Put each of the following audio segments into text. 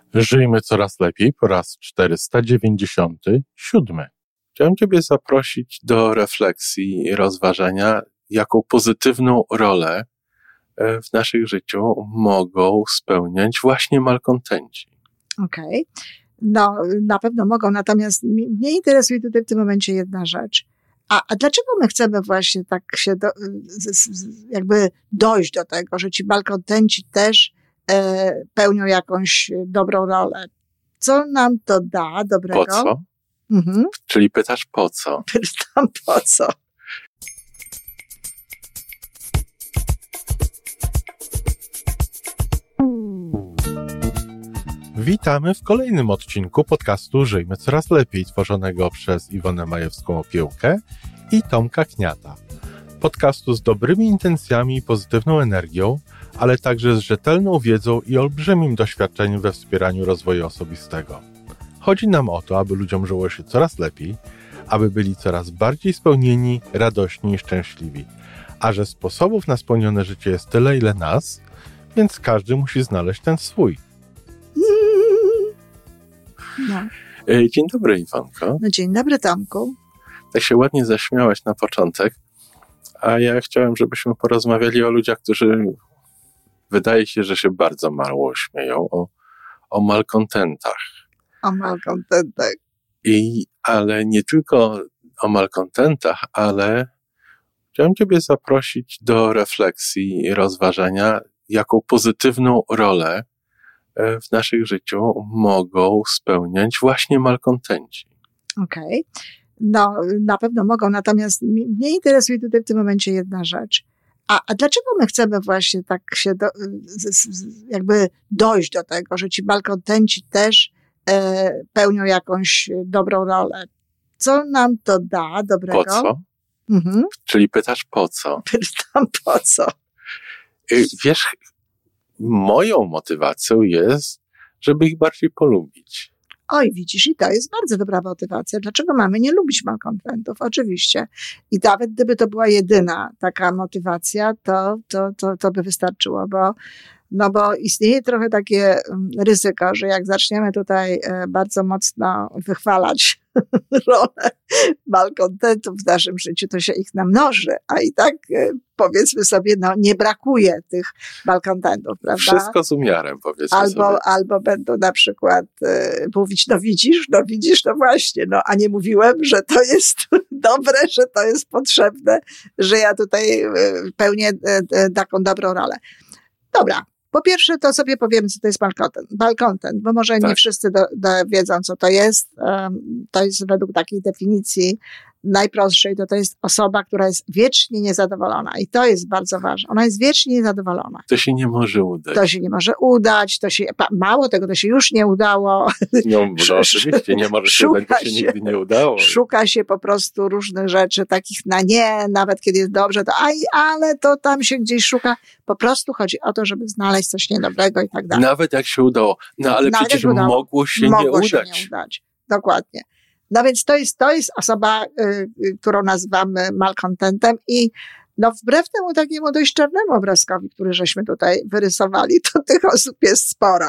Żyjmy coraz lepiej po raz 497. Chciałem Ciebie zaprosić do refleksji i rozważenia, jaką pozytywną rolę w naszych życiu mogą spełniać właśnie malkontenci. Okej. No, na pewno mogą, natomiast mnie interesuje tutaj w tym momencie jedna rzecz. A dlaczego my chcemy właśnie tak się jakby dojść do tego, że ci malkontenci też pełnią jakąś dobrą rolę? Co nam to da dobrego? Po co? Czyli pytasz po co? Pytam po co. Witamy w kolejnym odcinku podcastu Żyjmy Coraz Lepiej, tworzonego przez Iwonę Majewską-Opiełkę i Tomka Kniata. Podcastu z dobrymi intencjami i pozytywną energią, ale także z rzetelną wiedzą i olbrzymim doświadczeniem we wspieraniu rozwoju osobistego. Chodzi nam o to, aby ludziom żyło się coraz lepiej, aby byli coraz bardziej spełnieni, radośni i szczęśliwi. A że sposobów na spełnione życie jest tyle, ile nas, więc każdy musi znaleźć ten swój. No. Dzień dobry, Iwonko. No, dzień dobry, Tomku. Tak się ładnie zaśmiałaś na początek, a ja chciałem, żebyśmy porozmawiali o ludziach, którzy wydaje się, że się bardzo mało śmieją, o malkontentach. O malkontentach. Ale nie tylko o malkontentach, ale chciałem Ciebie zaprosić do refleksji i rozważenia, jaką pozytywną rolę w naszych życiu mogą spełniać właśnie malkontenci. Okej. No, na pewno mogą, natomiast mnie interesuje tutaj w tym momencie jedna rzecz. A dlaczego my chcemy właśnie tak się jakby dojść do tego, że ci malkontenci też pełnią jakąś dobrą rolę? Co nam to da dobrego? Po co? Czyli pytasz po co? Pytam po co. Wiesz, moją motywacją jest, żeby ich bardziej polubić. Oj, widzisz, i to jest bardzo dobra motywacja. Dlaczego mamy nie lubić malkontentów? Oczywiście. I nawet gdyby to była jedyna taka motywacja, to by wystarczyło, bo istnieje trochę takie ryzyko, że jak zaczniemy tutaj bardzo mocno wychwalać rolę malkontentów w naszym życiu, to się ich namnoży, a i tak powiedzmy sobie, nie brakuje tych malkontentów, prawda? Wszystko z umiarem, powiedzmy sobie. Albo będą na przykład mówić, no widzisz, no właśnie, a nie mówiłem, że to jest dobre, że to jest potrzebne, że ja tutaj pełnię taką dobrą rolę. Dobra. Po pierwsze, to sobie powiemy, co to jest malkontent, bo może nie wszyscy wiedzą, co to jest. To jest według takiej definicji najprostszej, to jest osoba, która jest wiecznie niezadowolona. I to jest bardzo ważne. Ona jest wiecznie niezadowolona. To się nie może udać. Mało tego, to się już nie udało. No oczywiście, nie może się udać, bo się nigdy nie udało. Szuka się po prostu różnych rzeczy, takich na nie, nawet kiedy jest dobrze, to ale to tam się gdzieś szuka. Po prostu chodzi o to, żeby znaleźć coś niedobrego i tak dalej. Nawet jak się udało. Ale przecież mogło się nie udać. Dokładnie. No więc to jest osoba, którą nazywamy malkontentem i wbrew temu takiemu dość czarnemu obrazkowi, który żeśmy tutaj wyrysowali, to tych osób jest sporo.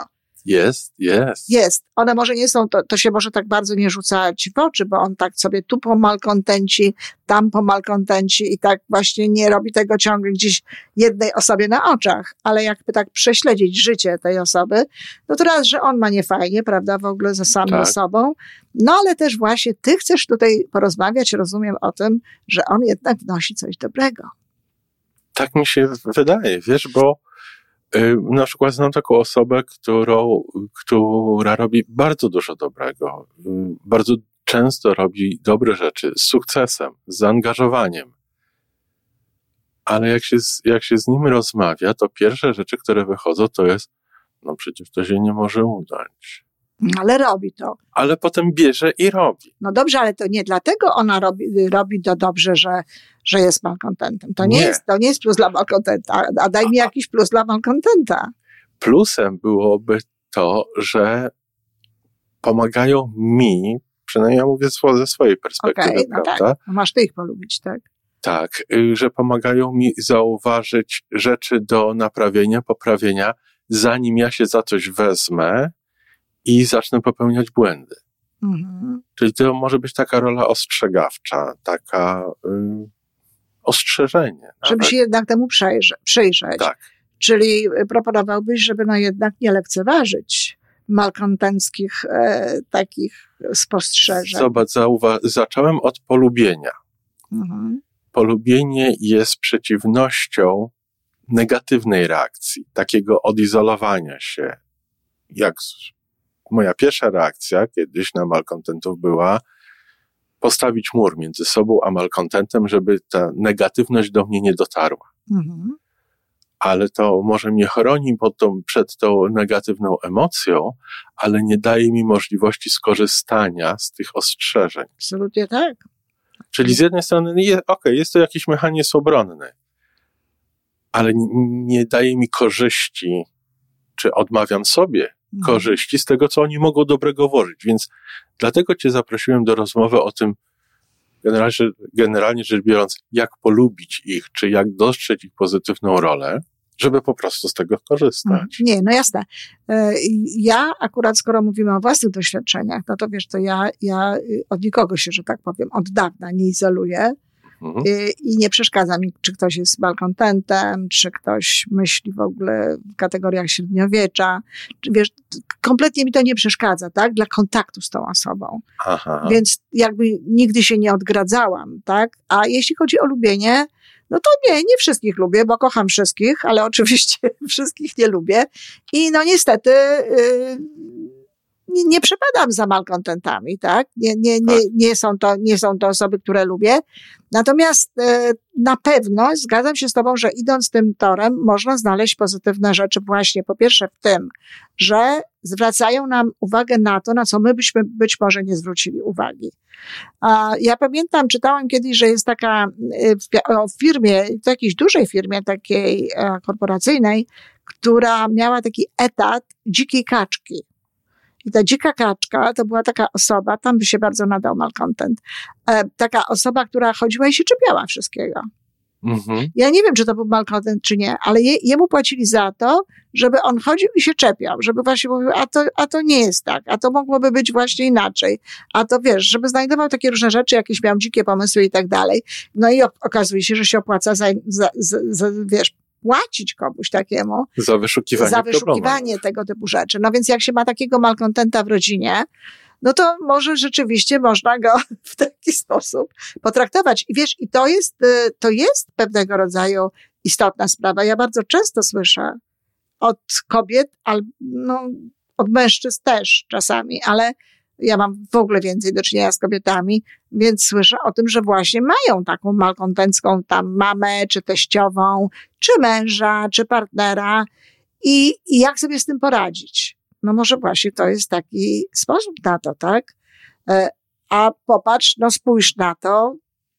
Jest. One może nie są, to się może tak bardzo nie rzucać w oczy, bo on tak sobie tu po malkontenci, tam po malkontenci i tak właśnie nie robi tego ciągle gdzieś jednej osobie na oczach, ale jakby tak prześledzić życie tej osoby, to raz, że on ma niefajnie, prawda, w ogóle ze samym sobą, ale też właśnie ty chcesz tutaj porozmawiać, rozumiem o tym, że on jednak wnosi coś dobrego. Tak mi się wydaje, wiesz, bo na przykład znam taką osobę, która robi bardzo dużo dobrego, bardzo często robi dobre rzeczy z sukcesem, z zaangażowaniem. Ale jak się z nim rozmawia, to pierwsze rzeczy, które wychodzą, to jest, przecież to się nie może udać. Ale robi to. Ale potem bierze i robi. No dobrze, ale to nie dlatego ona robi to dobrze, że jest malkontentem. To nie jest plus dla malkontenta. A daj mi jakiś plus dla malkontenta. Plusem byłoby to, że pomagają mi, przynajmniej ja mówię ze swojej perspektywy, prawda? Tak. Masz ty ich polubić, tak? Tak, że pomagają mi zauważyć rzeczy do naprawienia, poprawienia, zanim ja się za coś wezmę i zacznę popełniać błędy. Mhm. Czyli to może być taka rola ostrzegawcza, taka ostrzeżenie. Żeby się jednak temu przyjrzeć. Tak. Czyli proponowałbyś, żeby jednak nie lekceważyć malkontenckich takich spostrzeżeń. Zobacz, zacząłem od polubienia. Mhm. Polubienie jest przeciwnością negatywnej reakcji, takiego odizolowania się. Jak moja pierwsza reakcja kiedyś na malkontentów była postawić mur między sobą a malkontentem, żeby ta negatywność do mnie nie dotarła. Mhm. Ale to może mnie chroni przed tą negatywną emocją, ale nie daje mi możliwości skorzystania z tych ostrzeżeń. Absolutnie tak. Czyli z jednej strony, jest to jakiś mechanizm obronny, ale nie daje mi korzyści, czy odmawiam sobie korzyści z tego, co oni mogą dobrego włożyć. Więc dlatego Cię zaprosiłem do rozmowy o tym, generalnie rzecz biorąc, jak polubić ich, czy jak dostrzec ich pozytywną rolę, żeby po prostu z tego korzystać. Nie, no jasne. Ja akurat, skoro mówimy o własnych doświadczeniach, no to wiesz, to ja od nikogo się, że tak powiem, od dawna nie izoluję i nie przeszkadza mi, czy ktoś jest malkontentem, czy ktoś myśli w ogóle w kategoriach średniowiecza. Wiesz, kompletnie mi to nie przeszkadza, tak? Dla kontaktu z tą osobą. Aha. Więc jakby nigdy się nie odgradzałam, tak? A jeśli chodzi o lubienie, no to nie wszystkich lubię, bo kocham wszystkich, ale oczywiście wszystkich nie lubię. I no niestety nie przepadam za malkontentami, tak? Nie są to osoby, które lubię. Natomiast na pewno zgadzam się z tobą, że idąc tym torem można znaleźć pozytywne rzeczy właśnie po pierwsze w tym, że zwracają nam uwagę na to, na co my byśmy być może nie zwrócili uwagi. Ja pamiętam, czytałam kiedyś, że jest taka w firmie, w jakiejś dużej firmie takiej korporacyjnej, która miała taki etat dzikiej kaczki. I ta dzika kaczka to była taka osoba, tam by się bardzo nadał malcontent, taka osoba, która chodziła i się czepiała wszystkiego. Mhm. Ja nie wiem, czy to był malcontent, czy nie, ale jemu płacili za to, żeby on chodził i się czepiał, żeby właśnie mówił, a to nie jest tak, a to mogłoby być właśnie inaczej, a to wiesz, żeby znajdował takie różne rzeczy, jakieś miał dzikie pomysły i tak dalej. No i okazuje się, że się opłaca wiesz, płacić komuś takiemu za wyszukiwanie tego typu rzeczy. No więc jak się ma takiego malkontenta w rodzinie, no to może rzeczywiście można go w taki sposób potraktować. I wiesz, i to jest pewnego rodzaju istotna sprawa. Ja bardzo często słyszę od kobiet, od mężczyzn też czasami, ale ja mam w ogóle więcej do czynienia z kobietami, więc słyszę o tym, że właśnie mają taką malkontencką tam mamę, czy teściową, czy męża, czy partnera i jak sobie z tym poradzić? No może właśnie to jest taki sposób na to, tak? A popatrz, spójrz na to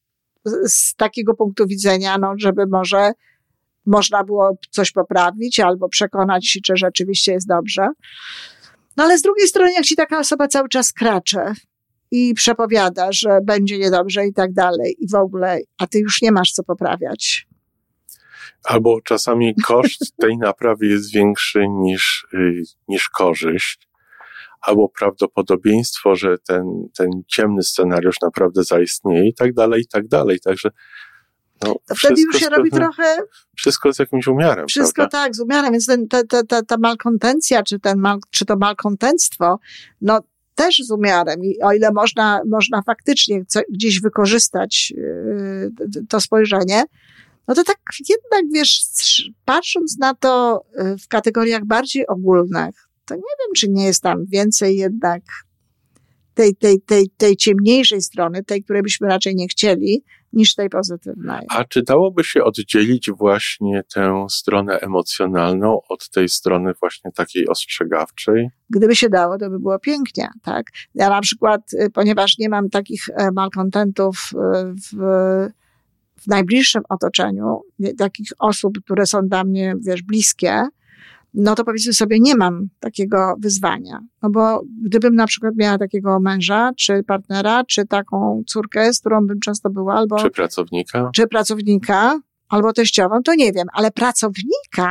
z takiego punktu widzenia, żeby może można było coś poprawić albo przekonać się, czy rzeczywiście jest dobrze. No ale z drugiej strony, jak ci taka osoba cały czas kracze i przepowiada, że będzie niedobrze i tak dalej i w ogóle, a ty już nie masz co poprawiać. Albo czasami koszt tej naprawy jest większy niż korzyść, albo prawdopodobieństwo, że ten ciemny scenariusz naprawdę zaistnieje i tak dalej, i tak dalej. Także to wtedy już się robi trochę... Wszystko z jakimś umiarem. Wszystko prawda? tak, z umiarem, więc ta malkontencja, czy to malkontentstwo, też z umiarem. I o ile można faktycznie gdzieś wykorzystać to spojrzenie, no to tak jednak, wiesz, patrząc na to w kategoriach bardziej ogólnych, to nie wiem, czy nie jest tam więcej jednak tej ciemniejszej strony, tej, której byśmy raczej nie chcieli, niż tej pozytywnej. A czy dałoby się oddzielić właśnie tę stronę emocjonalną od tej strony właśnie takiej ostrzegawczej? Gdyby się dało, to by było pięknie, tak? Ja na przykład, ponieważ nie mam takich malkontentów w najbliższym otoczeniu, takich osób, które są dla mnie, wiesz, bliskie, no to powiedzmy sobie, nie mam takiego wyzwania. No bo gdybym na przykład miała takiego męża, czy partnera, czy taką córkę, z którą bym często była, albo... Czy pracownika, albo teściową, to nie wiem. Ale pracownika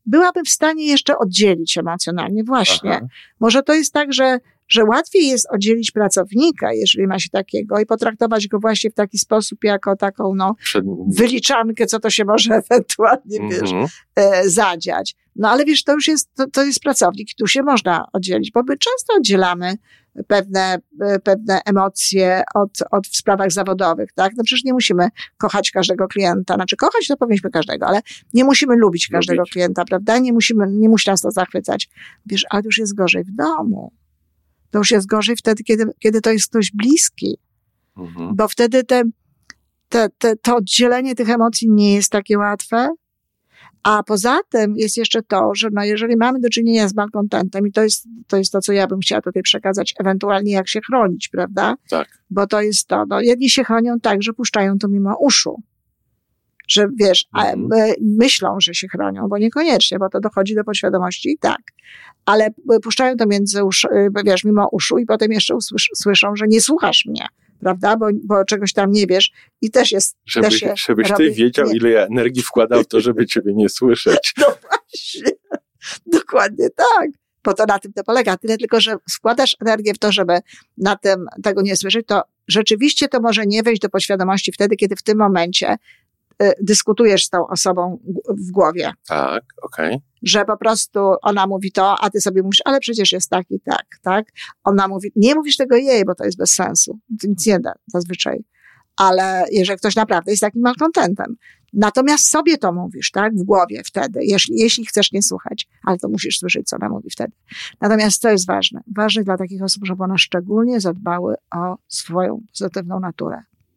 byłabym w stanie jeszcze oddzielić emocjonalnie. Właśnie. Aha. Może to jest tak, że łatwiej jest oddzielić pracownika, jeżeli ma się takiego i potraktować go właśnie w taki sposób, jako taką wyliczankę, co to się może ewentualnie, zadziać. No ale wiesz, to jest pracownik i tu się można oddzielić, bo my często oddzielamy pewne emocje od w sprawach zawodowych, tak? No przecież nie musimy kochać każdego klienta, znaczy kochać to powinniśmy każdego, ale nie musimy lubić każdego klienta, prawda? Nie musi nas to zachwycać. Wiesz, ale już jest gorzej w domu. To już jest gorzej wtedy, kiedy to jest ktoś bliski. Bo wtedy to oddzielenie tych emocji nie jest takie łatwe. A poza tym jest jeszcze to, że jeżeli mamy do czynienia z malkontentem i to jest to, co ja bym chciała tutaj przekazać, ewentualnie jak się chronić, prawda? Tak. Bo to jest to, jedni się chronią tak, że puszczają to mimo uszu. Że wiesz, myślą, że się chronią, bo niekoniecznie, bo to dochodzi do podświadomości i tak. Ale puszczają to mimo uszu i potem jeszcze słyszą, że nie słuchasz mnie, prawda? Bo czegoś tam nie wiesz i też jest... Żebyś ty wiedział, ile ja energii wkładam w to, żeby ciebie nie słyszeć. No właśnie, dokładnie tak. Bo to na tym to polega. Tyle tylko, że wkładasz energię w to, żeby na tym tego nie słyszeć, to rzeczywiście to może nie wejść do podświadomości wtedy, kiedy w tym momencie dyskutujesz z tą osobą w głowie. Tak, okej. Że po prostu ona mówi to, a ty sobie mówisz, ale przecież jest tak i tak, tak? Ona mówi, nie mówisz tego jej, bo to jest bez sensu. To nic nie da zazwyczaj. Ale jeżeli ktoś naprawdę jest takim malkontentem. Natomiast sobie to mówisz, tak? W głowie wtedy, jeśli chcesz nie słuchać, ale to musisz słyszeć, co ona mówi wtedy. Natomiast to jest ważne. Ważne dla takich osób, żeby one szczególnie zadbały o swoją pozytywną naturę.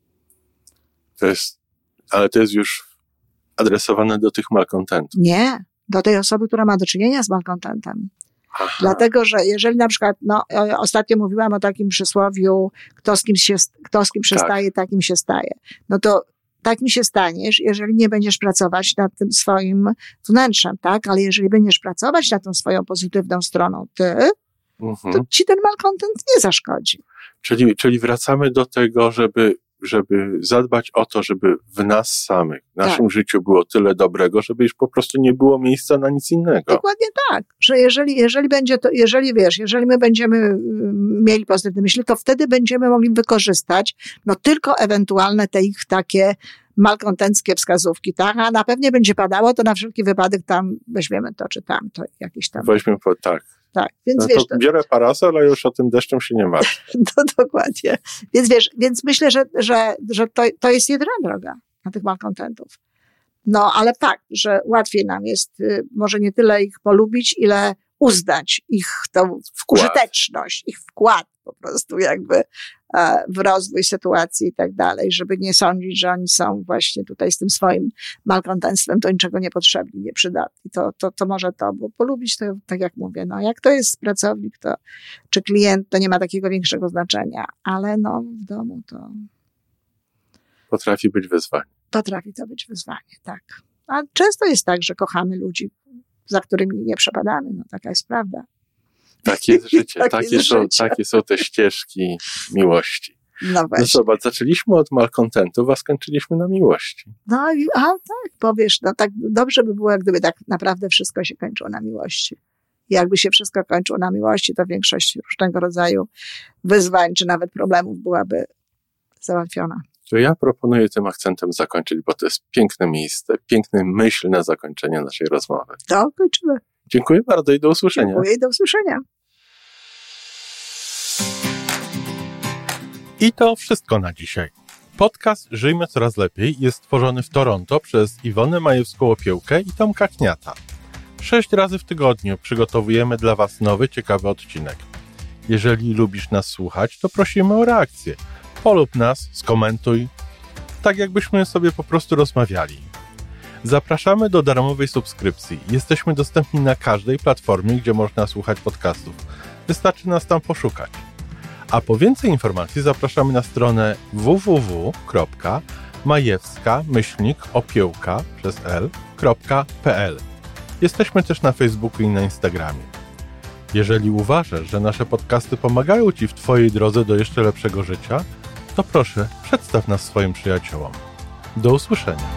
Ale to jest już adresowane do tych malkontentów. Nie, do tej osoby, która ma do czynienia z malkontentem. Aha. Dlatego, że jeżeli na przykład, ostatnio mówiłam o takim przysłowiu, kto z kim przestaje, takim się staje. No to takim się staniesz, jeżeli nie będziesz pracować nad tym swoim wnętrzem, tak? Ale jeżeli będziesz pracować nad tą swoją pozytywną stroną to ci ten malkontent nie zaszkodzi. Czyli wracamy do tego, żeby zadbać o to, żeby w nas samych, w naszym życiu było tyle dobrego, żeby już po prostu nie było miejsca na nic innego. Dokładnie tak, że jeżeli będzie to, jeżeli my będziemy mieli pozytywne myśli, to wtedy będziemy mogli wykorzystać, tylko ewentualne te ich takie malkontenckie wskazówki, tak? A na pewnie będzie padało, to na wszelki wypadek tam weźmiemy to czy tamto, jakieś tam. Weźmiemy, tak. Tak, więc wiesz. To biorę parasol, ale już o tym deszczem się nie martwię. No dokładnie. Więc myślę, że to jest jedyna droga na tych malkontentów. No, ale fakt, że łatwiej nam jest może nie tyle ich polubić, ile uznać ich tą użyteczność, ich wkład po prostu jakby w rozwój sytuacji i tak dalej, żeby nie sądzić, że oni są właśnie tutaj z tym swoim malkontentstwem do niczego niepotrzebni, nieprzydatni. To może to, bo polubić to, tak jak mówię, jak to jest pracownik, czy klient, to nie ma takiego większego znaczenia, ale w domu to... Potrafi być wyzwanie. Potrafi to być wyzwanie, tak. A często jest tak, że kochamy ludzi, za którymi nie przepadamy, taka jest prawda. Takie jest życie, takie są te ścieżki miłości. No właśnie. Zobacz, zaczęliśmy od malkontentów, a skończyliśmy na miłości. Tak, powiesz, tak dobrze by było, gdyby tak naprawdę wszystko się kończyło na miłości. I jakby się wszystko kończyło na miłości, to większość różnego rodzaju wyzwań, czy nawet problemów byłaby załatwiona. To ja proponuję tym akcentem zakończyć, bo to jest piękne miejsce, piękna myśl na zakończenie naszej rozmowy. To kończymy. Dziękuję bardzo i do usłyszenia. Dziękuję i do usłyszenia. I to wszystko na dzisiaj. Podcast Żyjmy Coraz Lepiej jest stworzony w Toronto przez Iwonę Majewską-Opiełkę i Tomka Kniata. 6 razy w tygodniu przygotowujemy dla Was nowy, ciekawy odcinek. Jeżeli lubisz nas słuchać, to prosimy o reakcję. Polub nas, skomentuj, tak jakbyśmy sobie po prostu rozmawiali. Zapraszamy do darmowej subskrypcji. Jesteśmy dostępni na każdej platformie, gdzie można słuchać podcastów. Wystarczy nas tam poszukać. A po więcej informacji zapraszamy na stronę www.majewska-opiełka.pl. Jesteśmy też na Facebooku i na Instagramie. Jeżeli uważasz, że nasze podcasty pomagają Ci w Twojej drodze do jeszcze lepszego życia, to proszę, przedstaw nas swoim przyjaciołom. Do usłyszenia.